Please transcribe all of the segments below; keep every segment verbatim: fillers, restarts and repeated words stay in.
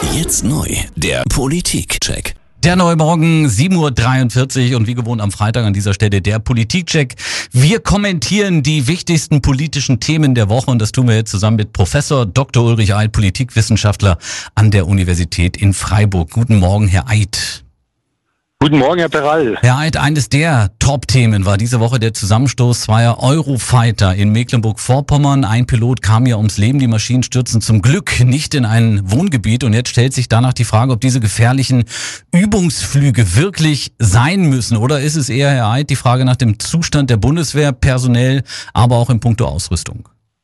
Jetzt neu, der Politikcheck. Der neue Morgen, sieben Uhr dreiundvierzig und wie gewohnt am Freitag an dieser Stelle der Politikcheck. Wir kommentieren die wichtigsten politischen Themen der Woche und das tun wir jetzt zusammen mit Professor Doktor Ulrich Eid, Politikwissenschaftler an der Universität in Freiburg. Guten Morgen, Herr Eid. Guten Morgen, Herr Peral. Herr Eid, eines der Top-Themen war diese Woche der Zusammenstoß zweier Eurofighter in Mecklenburg-Vorpommern. Ein Pilot kam ja ums Leben, die Maschinen stürzen zum Glück nicht in ein Wohngebiet. Und jetzt stellt sich danach die Frage, ob diese gefährlichen Übungsflüge wirklich sein müssen. Oder ist es eher, Herr Eid, die Frage nach dem Zustand der Bundeswehr, personell, aber auch in puncto Ausrüstung?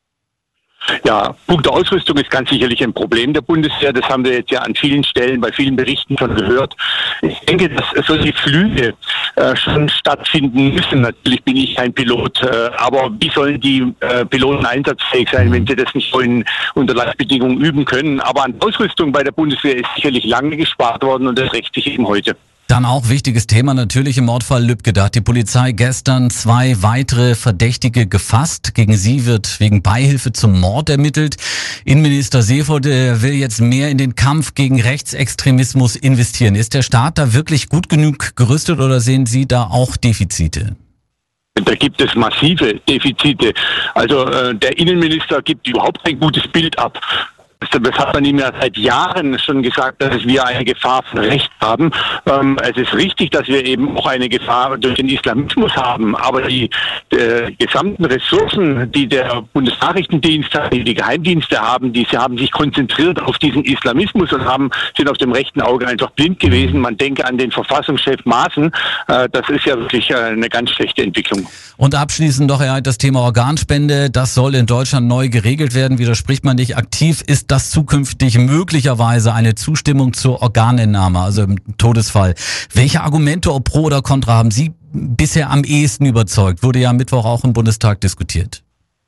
Ja, Punkt der Ausrüstung ist ganz sicherlich ein Problem der Bundeswehr. Das haben wir jetzt ja an vielen Stellen, bei vielen Berichten schon gehört. Ich denke, dass solche Flüge äh, schon stattfinden müssen. Natürlich bin ich kein Pilot, äh, aber wie sollen die äh, Piloten einsatzfähig sein, wenn sie das nicht in, unter Leitbedingungen üben können? Aber an Ausrüstung bei der Bundeswehr ist sicherlich lange gespart worden und das rächt sich eben heute. Dann auch wichtiges Thema natürlich im Mordfall Lübcke. Da hat die Polizei gestern zwei weitere Verdächtige gefasst. Gegen sie wird wegen Beihilfe zum Mord ermittelt. Innenminister Seehofer will jetzt mehr in den Kampf gegen Rechtsextremismus investieren. Ist der Staat da wirklich gut genug gerüstet oder sehen Sie da auch Defizite? Da gibt es massive Defizite. Also äh, der Innenminister gibt überhaupt ein gutes Bild ab. Das hat man ihm ja seit Jahren schon gesagt, dass wir eine Gefahr von rechts haben. Ähm, es ist richtig, dass wir eben auch eine Gefahr durch den Islamismus haben. Aber die äh, gesamten Ressourcen, die der Bundesnachrichtendienst hat, die die Geheimdienste haben, die sie haben sich konzentriert auf diesen Islamismus und haben sind auf dem rechten Auge einfach blind gewesen. Man denke an den Verfassungschef Maaßen. Äh, das ist ja wirklich äh, eine ganz schlechte Entwicklung. Und abschließend noch Herr, das Thema Organspende. Das soll in Deutschland neu geregelt werden. Widerspricht man nicht aktiv. Ist das zukünftig möglicherweise eine Zustimmung zur Organentnahme, also im Todesfall? Welche Argumente, ob pro oder contra, haben Sie bisher am ehesten überzeugt? Wurde ja am Mittwoch auch im Bundestag diskutiert.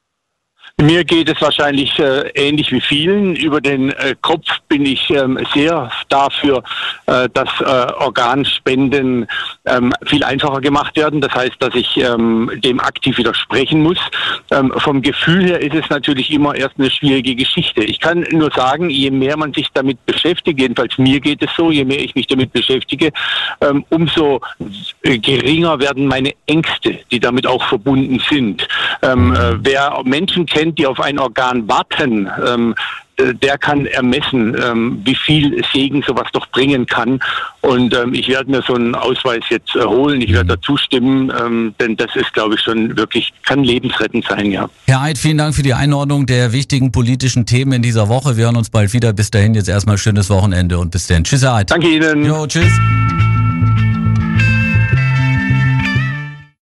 Mir geht es wahrscheinlich äh, ähnlich wie vielen. Über den äh, Kopf bin ich ähm, sehr dafür, äh, dass äh, Organspenden ähm, viel einfacher gemacht werden. Das heißt, dass ich ähm, dem aktiv widersprechen muss. Ähm, vom Gefühl her ist es natürlich immer erst eine schwierige Geschichte. Ich kann nur sagen, je mehr man sich damit beschäftigt, jedenfalls mir geht es so, je mehr ich mich damit beschäftige, ähm, umso äh, geringer werden meine Ängste, die damit auch verbunden sind. Ähm, äh, wer Menschen kennt, die auf ein Organ warten, ähm, der kann ermessen, ähm, wie viel Segen sowas doch bringen kann. Und ähm, ich werde mir so einen Ausweis jetzt äh, holen. Ich werde dazu stimmen, ähm, denn das ist, glaube ich, schon wirklich, kann lebensrettend sein, ja. Herr Eid, vielen Dank für die Einordnung der wichtigen politischen Themen in dieser Woche. Wir hören uns bald wieder. Bis dahin jetzt erstmal schönes Wochenende und bis dann. Tschüss, Herr Eid. Danke Ihnen. Jo, tschüss.